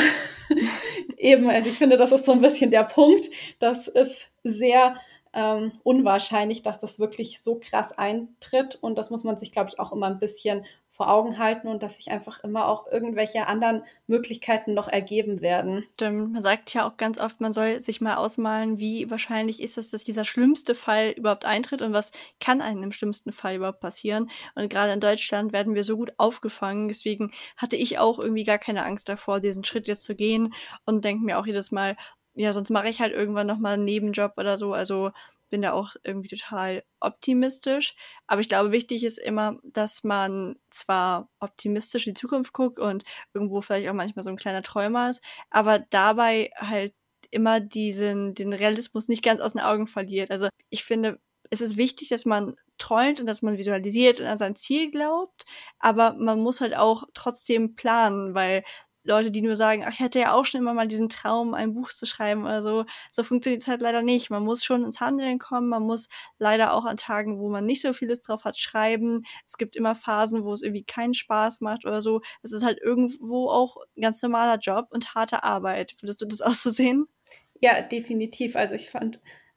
Speaker 2: eben, also ich finde, das ist so ein bisschen der Punkt. Das ist sehr unwahrscheinlich, dass das wirklich so krass eintritt. Und das muss man sich, glaube ich, auch immer ein bisschen vor Augen halten und dass sich einfach immer auch irgendwelche anderen Möglichkeiten noch ergeben werden.
Speaker 1: Stimmt, man sagt ja auch ganz oft, man soll sich mal ausmalen, wie wahrscheinlich ist es, dass dieser schlimmste Fall überhaupt eintritt und was kann einem im schlimmsten Fall überhaupt passieren. Und gerade in Deutschland werden wir so gut aufgefangen, deswegen hatte ich auch irgendwie gar keine Angst davor, diesen Schritt jetzt zu gehen und denke mir auch jedes Mal, ja, sonst mache ich halt irgendwann noch mal einen Nebenjob oder so. Also bin da auch irgendwie total optimistisch. Aber ich glaube, wichtig ist immer, dass man zwar optimistisch in die Zukunft guckt und irgendwo vielleicht auch manchmal so ein kleiner Träumer ist, aber dabei halt immer den Realismus nicht ganz aus den Augen verliert. Also ich finde, es ist wichtig, dass man träumt und dass man visualisiert und an sein Ziel glaubt, aber man muss halt auch trotzdem planen, weil Leute, die nur sagen, ach, ich hätte ja auch schon immer mal diesen Traum, ein Buch zu schreiben oder so, so funktioniert es halt leider nicht. Man muss schon ins Handeln kommen, man muss leider auch an Tagen, wo man nicht so viel Lust drauf hat, schreiben. Es gibt immer Phasen, wo es irgendwie keinen Spaß macht oder so. Es ist halt irgendwo auch ein ganz normaler Job und harte Arbeit. Würdest du das auch so sehen?
Speaker 2: Ja, definitiv. Also ich fand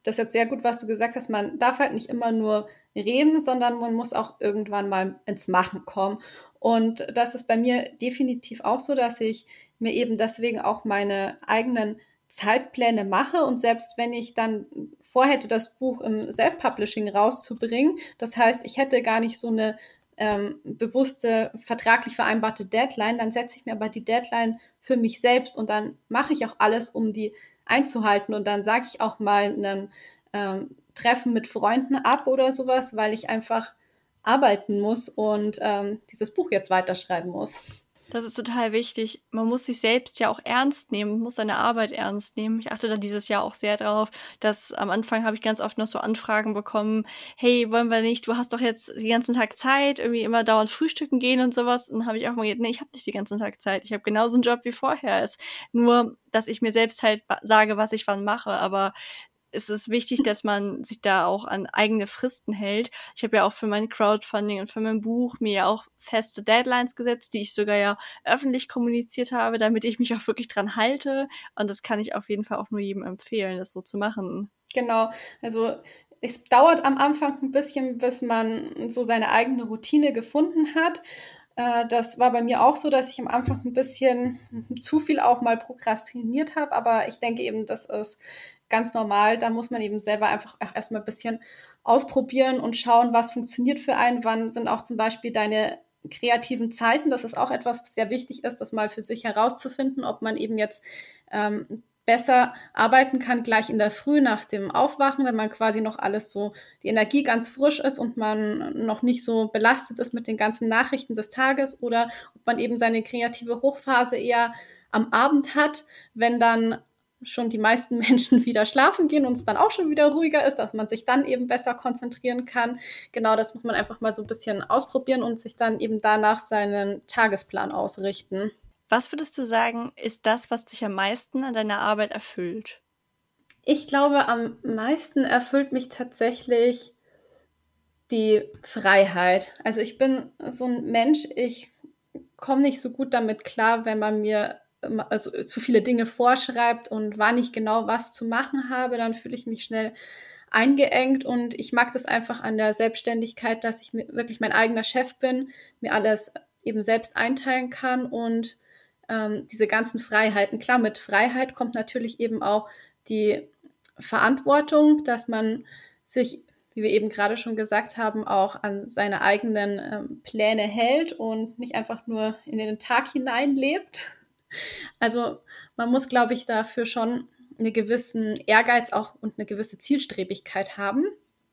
Speaker 2: das ist jetzt sehr gut, was du gesagt hast, man darf halt nicht immer nur reden, sondern man muss auch irgendwann mal ins Machen kommen. Und das ist bei mir definitiv auch so, dass ich mir eben deswegen auch meine eigenen Zeitpläne mache und selbst wenn ich dann vorhätte, das Buch im Self-Publishing rauszubringen, das heißt, ich hätte gar nicht so eine bewusste, vertraglich vereinbarte Deadline, dann setze ich mir aber die Deadline für mich selbst und dann mache ich auch alles, um die einzuhalten und dann sage ich auch mal ein Treffen mit Freunden ab oder sowas, weil ich einfach arbeiten muss und dieses Buch jetzt weiterschreiben muss.
Speaker 1: Das ist total wichtig. Man muss sich selbst ja auch ernst nehmen, muss seine Arbeit ernst nehmen. Ich achte da dieses Jahr auch sehr drauf, dass am Anfang habe ich ganz oft noch so Anfragen bekommen, hey, wollen wir nicht, du hast doch jetzt den ganzen Tag Zeit, irgendwie immer dauernd frühstücken gehen und sowas. Und dann habe ich auch mal gesagt, nee, ich habe nicht den ganzen Tag Zeit. Ich habe genauso einen Job wie vorher. Ist nur, dass ich mir selbst halt sage, was ich wann mache. Aber es ist wichtig, dass man sich da auch an eigene Fristen hält. Ich habe ja auch für mein Crowdfunding und für mein Buch mir ja auch feste Deadlines gesetzt, die ich sogar ja öffentlich kommuniziert habe, damit ich mich auch wirklich dran halte. Und das kann ich auf jeden Fall auch nur jedem empfehlen, das so zu machen.
Speaker 2: Genau, also es dauert am Anfang ein bisschen, bis man so seine eigene Routine gefunden hat. Das war bei mir auch so, dass ich am Anfang ein bisschen zu viel auch mal prokrastiniert habe, aber ich denke eben, das ist ganz normal. Da muss man eben selber einfach auch erstmal ein bisschen ausprobieren und schauen, was funktioniert für einen, wann sind auch zum Beispiel deine kreativen Zeiten. Das ist auch etwas, was sehr wichtig ist, das mal für sich herauszufinden, ob man eben jetzt besser arbeiten kann gleich in der Früh nach dem Aufwachen, wenn man quasi noch alles so, die Energie ganz frisch ist und man noch nicht so belastet ist mit den ganzen Nachrichten des Tages oder ob man eben seine kreative Hochphase eher am Abend hat, wenn dann schon die meisten Menschen wieder schlafen gehen und es dann auch schon wieder ruhiger ist, dass man sich dann eben besser konzentrieren kann. Genau, das muss man einfach mal so ein bisschen ausprobieren und sich dann eben danach seinen Tagesplan ausrichten.
Speaker 1: Was würdest du sagen, ist das, was dich am meisten an deiner Arbeit erfüllt?
Speaker 2: Ich glaube, am meisten erfüllt mich tatsächlich die Freiheit. Also ich bin so ein Mensch, ich komme nicht so gut damit klar, wenn man mir also zu viele Dinge vorschreibt und wann ich genau was zu machen habe, dann fühle ich mich schnell eingeengt und ich mag das einfach an der Selbstständigkeit, dass ich mir wirklich mein eigener Chef bin, mir alles eben selbst einteilen kann und diese ganzen Freiheiten. Klar, mit Freiheit kommt natürlich eben auch die Verantwortung, dass man sich, wie wir eben gerade schon gesagt haben, auch an seine eigenen Pläne hält und nicht einfach nur in den Tag hineinlebt. Also man muss, glaube ich, dafür schon einen gewissen Ehrgeiz auch und eine gewisse Zielstrebigkeit haben.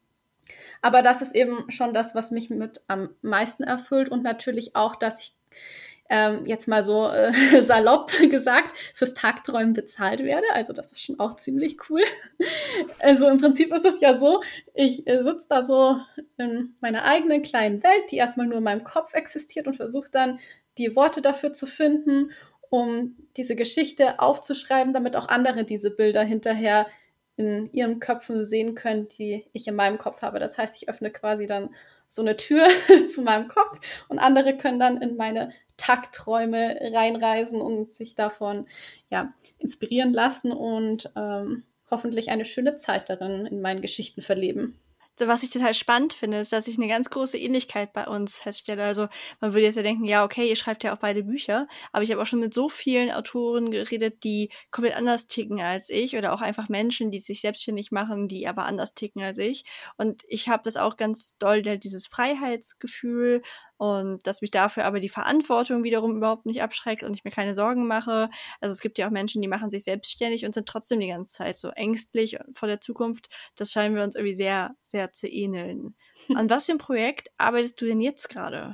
Speaker 2: Aber das ist eben schon das, was mich mit am meisten erfüllt und natürlich auch, dass ich jetzt mal so salopp gesagt, fürs Tagträumen bezahlt werde. Also das ist schon auch ziemlich cool. Also im Prinzip ist es ja so, ich sitze da so in meiner eigenen kleinen Welt, die erstmal nur in meinem Kopf existiert und versuche dann die Worte dafür zu finden, um diese Geschichte aufzuschreiben, damit auch andere diese Bilder hinterher in ihren Köpfen sehen können, die ich in meinem Kopf habe. Das heißt, ich öffne quasi dann so eine Tür zu meinem Kopf und andere können dann in meine Tagträume reinreisen und sich davon ja, inspirieren lassen und hoffentlich eine schöne Zeit darin in meinen Geschichten verleben.
Speaker 1: Was ich total spannend finde, ist, dass ich eine ganz große Ähnlichkeit bei uns feststelle. Also man würde jetzt ja denken, ja, okay, ihr schreibt ja auch beide Bücher, aber ich habe auch schon mit so vielen Autoren geredet, die komplett anders ticken als ich oder auch einfach Menschen, die sich selbstständig machen, die aber anders ticken als ich. Und ich habe das auch ganz doll, dieses Freiheitsgefühl und dass mich dafür aber die Verantwortung wiederum überhaupt nicht abschreckt und ich mir keine Sorgen mache. Also es gibt ja auch Menschen, die machen sich selbstständig und sind trotzdem die ganze Zeit so ängstlich vor der Zukunft. Das scheinen wir uns irgendwie sehr, sehr zu ähneln. An was für ein Projekt arbeitest du denn jetzt gerade?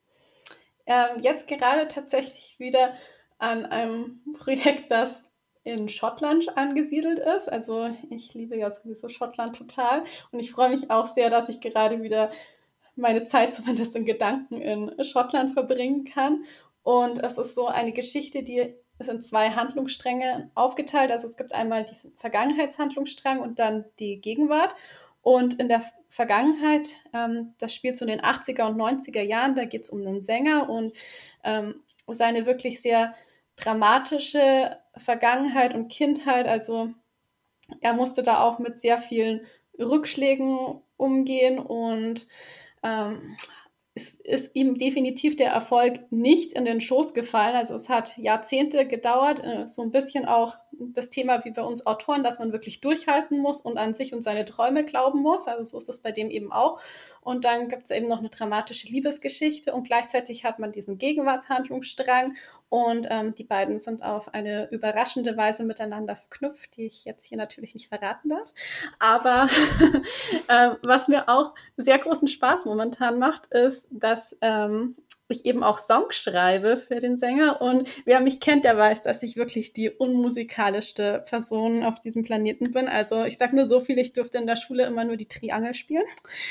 Speaker 2: Jetzt gerade tatsächlich wieder an einem Projekt, das in Schottland angesiedelt ist. Also ich liebe ja sowieso Schottland total und ich freue mich auch sehr, dass ich gerade wieder meine Zeit zumindest in Gedanken in Schottland verbringen kann. Und es ist so eine Geschichte, die ist in zwei Handlungsstränge aufgeteilt. Also es gibt einmal die Vergangenheitshandlungsstrang und dann die Gegenwart. Und in der Vergangenheit, das spielt so in den 80er und 90er Jahren, da geht es um einen Sänger und seine wirklich sehr dramatische Vergangenheit und Kindheit. Also er musste da auch mit sehr vielen Rückschlägen umgehen und es ist ihm definitiv der Erfolg nicht in den Schoß gefallen. Also es hat Jahrzehnte gedauert, so ein bisschen auch das Thema wie bei uns Autoren, dass man wirklich durchhalten muss und an sich und seine Träume glauben muss. Also so ist das bei dem eben auch. Und dann gibt es eben noch eine dramatische Liebesgeschichte und gleichzeitig hat man diesen Gegenwartshandlungsstrang und die beiden sind auf eine überraschende Weise miteinander verknüpft, die ich jetzt hier natürlich nicht verraten darf. Aber was mir auch sehr großen Spaß momentan macht, ist, dass ich eben auch Songs schreibe für den Sänger. Und wer mich kennt, der weiß, dass ich wirklich die unmusikalischste Person auf diesem Planeten bin. Also ich sage nur so viel, ich durfte in der Schule immer nur die Triangel spielen.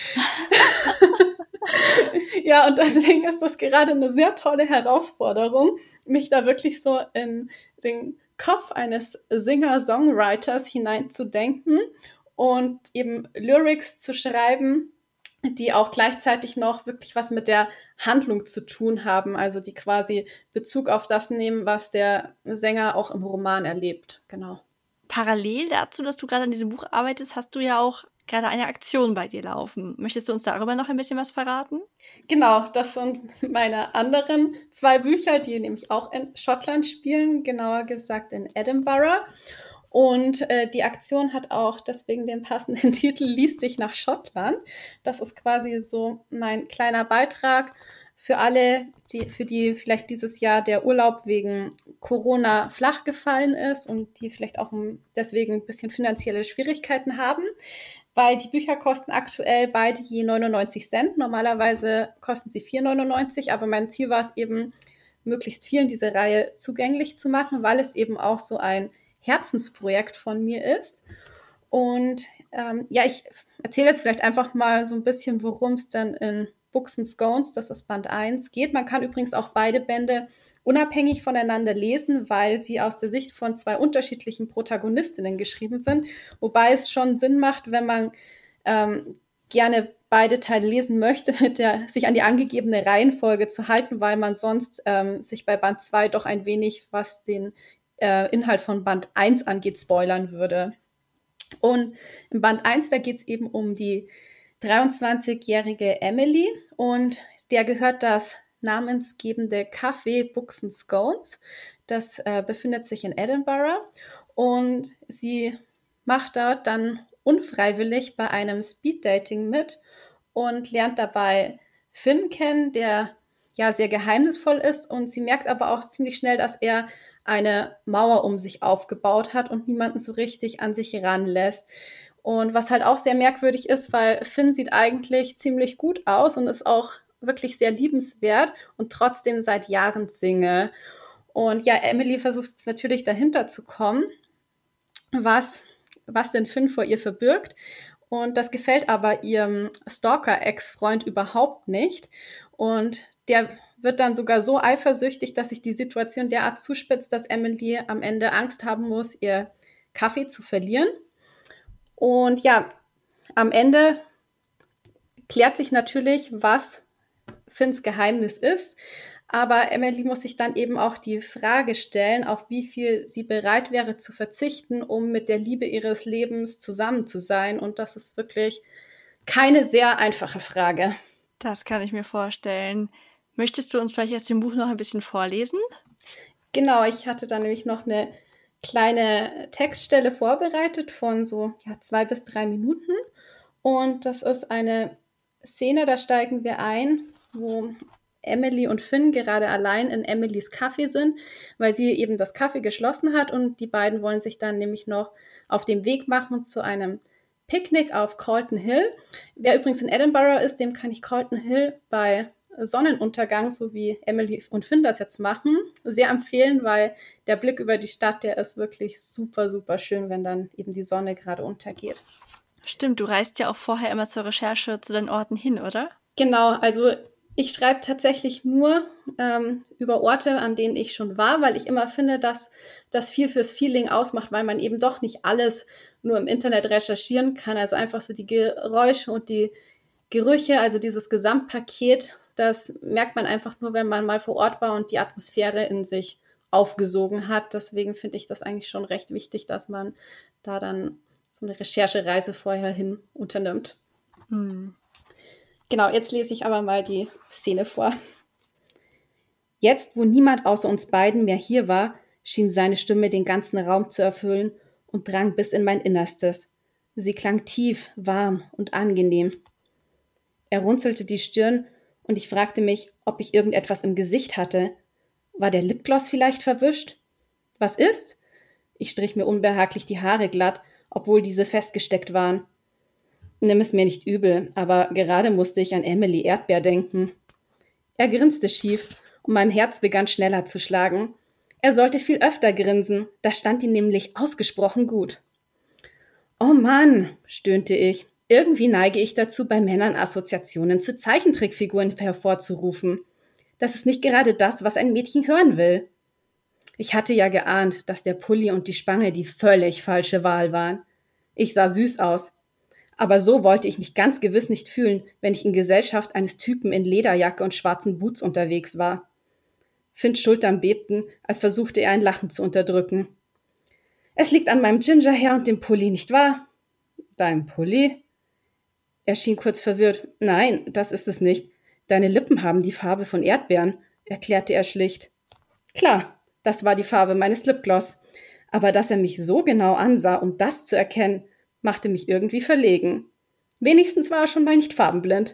Speaker 2: Ja, und deswegen ist das gerade eine sehr tolle Herausforderung, mich da wirklich so in den Kopf eines Singer-Songwriters hineinzudenken und eben Lyrics zu schreiben, die auch gleichzeitig noch wirklich was mit der Handlung zu tun haben, also die quasi Bezug auf das nehmen, was der Sänger auch im Roman erlebt. Genau.
Speaker 1: Parallel dazu, dass du gerade an diesem Buch arbeitest, hast du ja auch gerade eine Aktion bei dir laufen. Möchtest du uns darüber noch ein bisschen was verraten?
Speaker 2: Genau, das sind meine anderen 2 Bücher, die nämlich auch in Schottland spielen, genauer gesagt in Edinburgh. Und die Aktion hat auch deswegen den passenden Titel Lies dich nach Schottland. Das ist quasi so mein kleiner Beitrag für alle, für die vielleicht dieses Jahr der Urlaub wegen Corona flach gefallen ist und die vielleicht auch deswegen ein bisschen finanzielle Schwierigkeiten haben, weil die Bücher kosten aktuell beide je 99 Cent. Normalerweise kosten sie 4,99, aber mein Ziel war es eben, möglichst vielen diese Reihe zugänglich zu machen, weil es eben auch so ein Herzensprojekt von mir ist. Und ja, ich erzähle jetzt vielleicht einfach mal so ein bisschen, worum es dann in Books and Scones, das ist Band 1, geht. Man kann übrigens auch beide Bände unabhängig voneinander lesen, weil sie aus der Sicht von 2 unterschiedlichen Protagonistinnen geschrieben sind. Wobei es schon Sinn macht, wenn man gerne beide Teile lesen möchte, sich an die angegebene Reihenfolge zu halten, weil man sonst sich bei Band 2 doch ein wenig, was den Inhalt von Band 1 angeht, spoilern würde. Und im Band 1, da geht es eben um die 23-jährige Emily und der gehört das namensgebende Café Books and Scones. Das befindet sich in Edinburgh und sie macht dort dann unfreiwillig bei einem Speeddating mit und lernt dabei Finn kennen, der ja sehr geheimnisvoll ist und sie merkt aber auch ziemlich schnell, dass er eine Mauer um sich aufgebaut hat und niemanden so richtig an sich ranlässt. Und was halt auch sehr merkwürdig ist, weil Finn sieht eigentlich ziemlich gut aus und ist auch wirklich sehr liebenswert und trotzdem seit Jahren Single. Und ja, Emily versucht jetzt natürlich dahinter zu kommen, was denn Finn vor ihr verbirgt. Und das gefällt aber ihrem Stalker-Ex-Freund überhaupt nicht. Und der wird dann sogar so eifersüchtig, dass sich die Situation derart zuspitzt, dass Emily am Ende Angst haben muss, ihr Kaffee zu verlieren. Und ja, am Ende klärt sich natürlich, was Finns Geheimnis ist. Aber Emily muss sich dann eben auch die Frage stellen, auf wie viel sie bereit wäre zu verzichten, um mit der Liebe ihres Lebens zusammen zu sein. Und das ist wirklich keine sehr einfache Frage.
Speaker 1: Das kann ich mir vorstellen. Möchtest du uns vielleicht aus dem Buch noch ein bisschen vorlesen?
Speaker 2: Genau, ich hatte da nämlich noch eine kleine Textstelle vorbereitet von so 2 bis 3 Minuten. Und das ist eine Szene, da steigen wir ein, wo Emily und Finn gerade allein in Emilys Café sind, weil sie eben das Café geschlossen hat und die beiden wollen sich dann nämlich noch auf den Weg machen zu einem Picknick auf Calton Hill. Wer übrigens in Edinburgh ist, dem kann ich Calton Hill bei Sonnenuntergang, so wie Emily und Finn das jetzt machen, sehr empfehlen, weil der Blick über die Stadt, der ist wirklich super, super schön, wenn dann eben die Sonne gerade untergeht.
Speaker 1: Stimmt, du reist ja auch vorher immer zur Recherche zu den Orten hin, oder?
Speaker 2: Genau, also ich schreibe tatsächlich nur über Orte, an denen ich schon war, weil ich immer finde, dass das viel fürs Feeling ausmacht, weil man eben doch nicht alles nur im Internet recherchieren kann. Also einfach so die Geräusche und die Gerüche, also dieses Gesamtpaket, das merkt man einfach nur, wenn man mal vor Ort war und die Atmosphäre in sich aufgesogen hat. Deswegen finde ich das eigentlich schon recht wichtig, dass man da dann so eine Recherchereise vorher hin unternimmt.
Speaker 1: Hm.
Speaker 2: Genau, jetzt lese ich aber mal die Szene vor. Jetzt, wo niemand außer uns beiden mehr hier war, schien seine Stimme den ganzen Raum zu erfüllen und drang bis in mein Innerstes. Sie klang tief, warm und angenehm. Er runzelte die Stirn und ich fragte mich, ob ich irgendetwas im Gesicht hatte. War der Lipgloss vielleicht verwischt? Was ist? Ich strich mir unbehaglich die Haare glatt, obwohl diese festgesteckt waren. Nimm es mir nicht übel, aber gerade musste ich an Emily Erdbeer denken. Er grinste schief und mein Herz begann schneller zu schlagen. Er sollte viel öfter grinsen, das stand ihm nämlich ausgesprochen gut. Oh Mann, stöhnte ich. Irgendwie neige ich dazu, bei Männern Assoziationen zu Zeichentrickfiguren hervorzurufen. Das ist nicht gerade das, was ein Mädchen hören will. Ich hatte ja geahnt, dass der Pulli und die Spange die völlig falsche Wahl waren. Ich sah süß aus. Aber so wollte ich mich ganz gewiss nicht fühlen, wenn ich in Gesellschaft eines Typen in Lederjacke und schwarzen Boots unterwegs war. Finns Schultern bebten, als versuchte er ein Lachen zu unterdrücken. Es liegt an meinem Gingerhair und dem Pulli, nicht wahr? Dein Pulli? Er schien kurz verwirrt. Nein, das ist es nicht. Deine Lippen haben die Farbe von Erdbeeren, erklärte er schlicht. Klar, das war die Farbe meines Lipgloss. Aber dass er mich so genau ansah, um das zu erkennen, machte mich irgendwie verlegen. Wenigstens war er schon mal nicht farbenblind.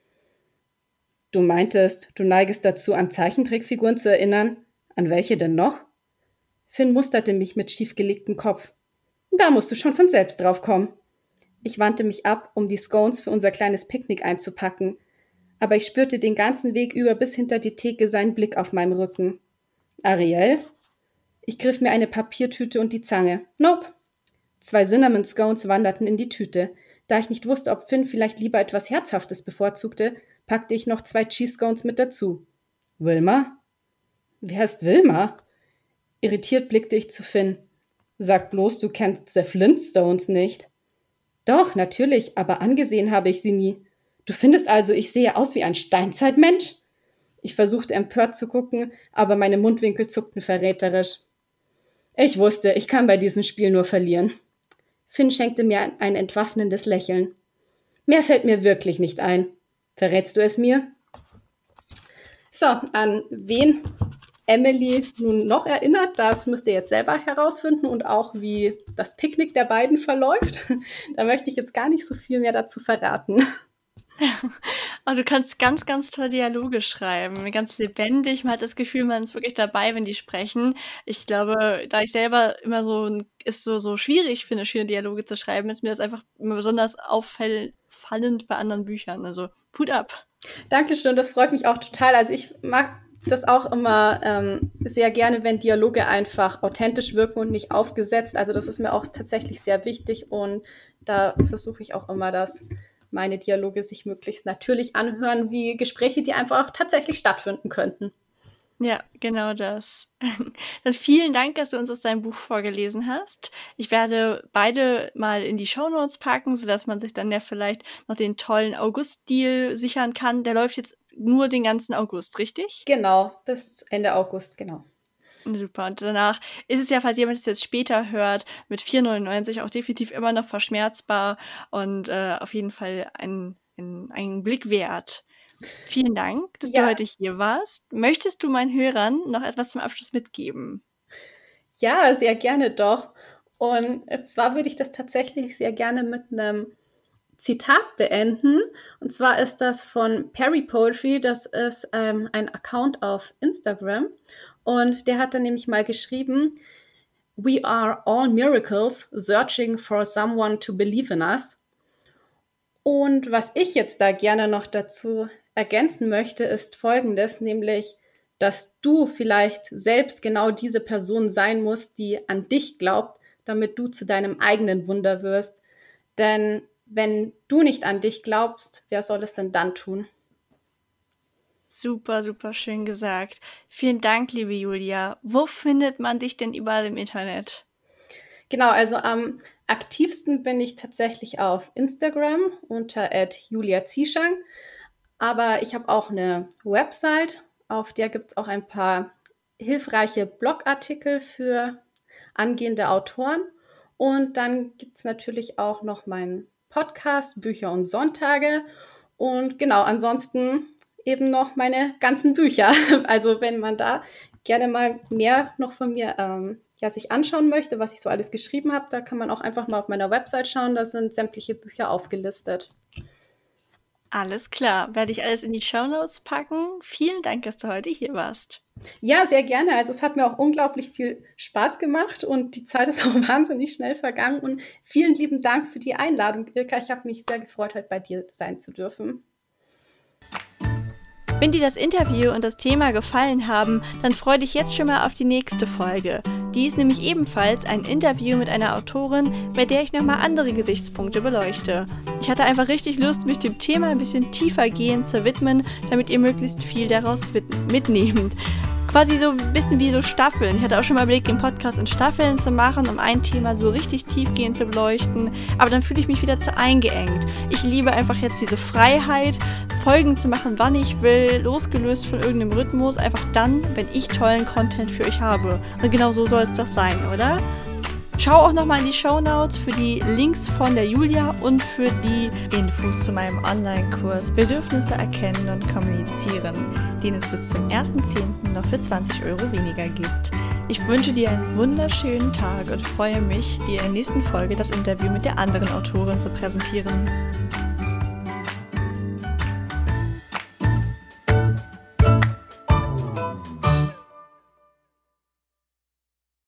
Speaker 2: Du meintest, du neigest dazu, an Zeichentrickfiguren zu erinnern. An welche denn noch? Finn musterte mich mit schiefgelegtem Kopf. Da musst du schon von selbst drauf kommen. Ich wandte mich ab, um die Scones für unser kleines Picknick einzupacken. Aber ich spürte den ganzen Weg über bis hinter die Theke seinen Blick auf meinem Rücken. Ariel? Ich griff mir eine Papiertüte und die Zange. Nope. 2 Cinnamon Scones wanderten in die Tüte. Da ich nicht wusste, ob Finn vielleicht lieber etwas Herzhaftes bevorzugte, packte ich noch 2 Cheese Scones mit dazu. Wilma? Wer ist Wilma? Irritiert blickte ich zu Finn. Sag bloß, du kennst The Flintstones nicht. Doch, natürlich, aber angesehen habe ich sie nie. Du findest also, ich sehe aus wie ein Steinzeitmensch? Ich versuchte empört zu gucken, aber meine Mundwinkel zuckten verräterisch. Ich wusste, ich kann bei diesem Spiel nur verlieren. Finn schenkte mir ein entwaffnendes Lächeln. Mehr fällt mir wirklich nicht ein. Verrätst du es mir? So, an wen Emily nun noch erinnert, das müsst ihr jetzt selber herausfinden und auch wie das Picknick der beiden verläuft. Da möchte ich jetzt gar nicht so viel mehr dazu verraten.
Speaker 1: Aber du kannst ganz, ganz tolle Dialoge schreiben, ganz lebendig. Man hat das Gefühl, man ist wirklich dabei, wenn die sprechen. Ich glaube, da ich selber immer so schwierig finde, schöne Dialoge zu schreiben, ist mir das einfach immer besonders auffallend bei anderen Büchern. Also Hut ab.
Speaker 2: Dankeschön, das freut mich auch total. Also ich mag das auch immer sehr gerne, wenn Dialoge einfach authentisch wirken und nicht aufgesetzt. Also das ist mir auch tatsächlich sehr wichtig und da versuche ich auch immer, dass meine Dialoge sich möglichst natürlich anhören, wie Gespräche, die einfach tatsächlich stattfinden könnten.
Speaker 1: Ja, genau das. Dann vielen Dank, dass du uns aus deinem Buch vorgelesen hast. Ich werde beide mal in die Shownotes packen, sodass man sich dann ja vielleicht noch den tollen August-Deal sichern kann. Der läuft jetzt nur den ganzen August, richtig?
Speaker 2: Genau, bis Ende August, genau.
Speaker 1: Super. Und danach ist es ja, falls jemand es jetzt später hört, mit 4,99 auch definitiv immer noch verschmerzbar und auf jeden Fall ein Blick wert. Vielen Dank, dass du heute hier warst. Möchtest du meinen Hörern noch etwas zum Abschluss mitgeben?
Speaker 2: Ja, sehr gerne doch. Und zwar würde ich das tatsächlich sehr gerne mit einem Zitat beenden. Und zwar ist das von Perry Poetry. Das ist ein Account auf Instagram. Und der hat dann nämlich mal geschrieben, We are all miracles searching for someone to believe in us. Und was ich jetzt da gerne noch dazu ergänzen möchte, ist Folgendes, nämlich, dass du vielleicht selbst genau diese Person sein musst, die an dich glaubt, damit du zu deinem eigenen Wunder wirst. Denn wenn du nicht an dich glaubst, wer soll es denn dann tun?
Speaker 1: Super, super schön gesagt. Vielen Dank, liebe Julia. Wo findet man dich denn überall im Internet?
Speaker 2: Genau, also am aktivsten bin ich tatsächlich auf Instagram unter @juliazieschang. Aber ich habe auch eine Website, auf der gibt es auch ein paar hilfreiche Blogartikel für angehende Autoren. Und dann gibt es natürlich auch noch meinen Podcast, Bücher und Sonntage. Und genau, ansonsten eben noch meine ganzen Bücher. Also wenn man da gerne mal mehr noch von mir sich anschauen möchte, was ich so alles geschrieben habe, da kann man auch einfach mal auf meiner Website schauen, da sind sämtliche Bücher aufgelistet.
Speaker 1: Alles klar, werde ich alles in die Shownotes packen. Vielen Dank, dass du heute hier warst.
Speaker 2: Ja, sehr gerne. Also es hat mir auch unglaublich viel Spaß gemacht und die Zeit ist auch wahnsinnig schnell vergangen. Und vielen lieben Dank für die Einladung, Ilka. Ich habe mich sehr gefreut, heute bei dir sein zu dürfen.
Speaker 1: Wenn dir das Interview und das Thema gefallen haben, dann freu dich jetzt schon mal auf die nächste Folge. Die ist nämlich ebenfalls ein Interview mit einer Autorin, bei der ich nochmal andere Gesichtspunkte beleuchte. Ich hatte einfach richtig Lust, mich dem Thema ein bisschen tiefergehend zu widmen, damit ihr möglichst viel daraus mitnehmt. Quasi so ein bisschen wie so Staffeln. Ich hatte auch schon mal überlegt, den Podcast in Staffeln zu machen, um ein Thema so richtig tiefgehend zu beleuchten. Aber dann fühle ich mich wieder zu eingeengt. Ich liebe einfach jetzt diese Freiheit, Folgen zu machen, wann ich will, losgelöst von irgendeinem Rhythmus. Einfach dann, wenn ich tollen Content für euch habe. Und genau so soll es doch sein, oder? Schau auch nochmal in die Shownotes für die Links von der Julia und für die Infos zu meinem Online-Kurs Bedürfnisse erkennen und kommunizieren, den es bis zum 1.10. noch für 20 € weniger gibt. Ich wünsche dir einen wunderschönen Tag und freue mich, dir in der nächsten Folge das Interview mit der anderen Autorin zu präsentieren.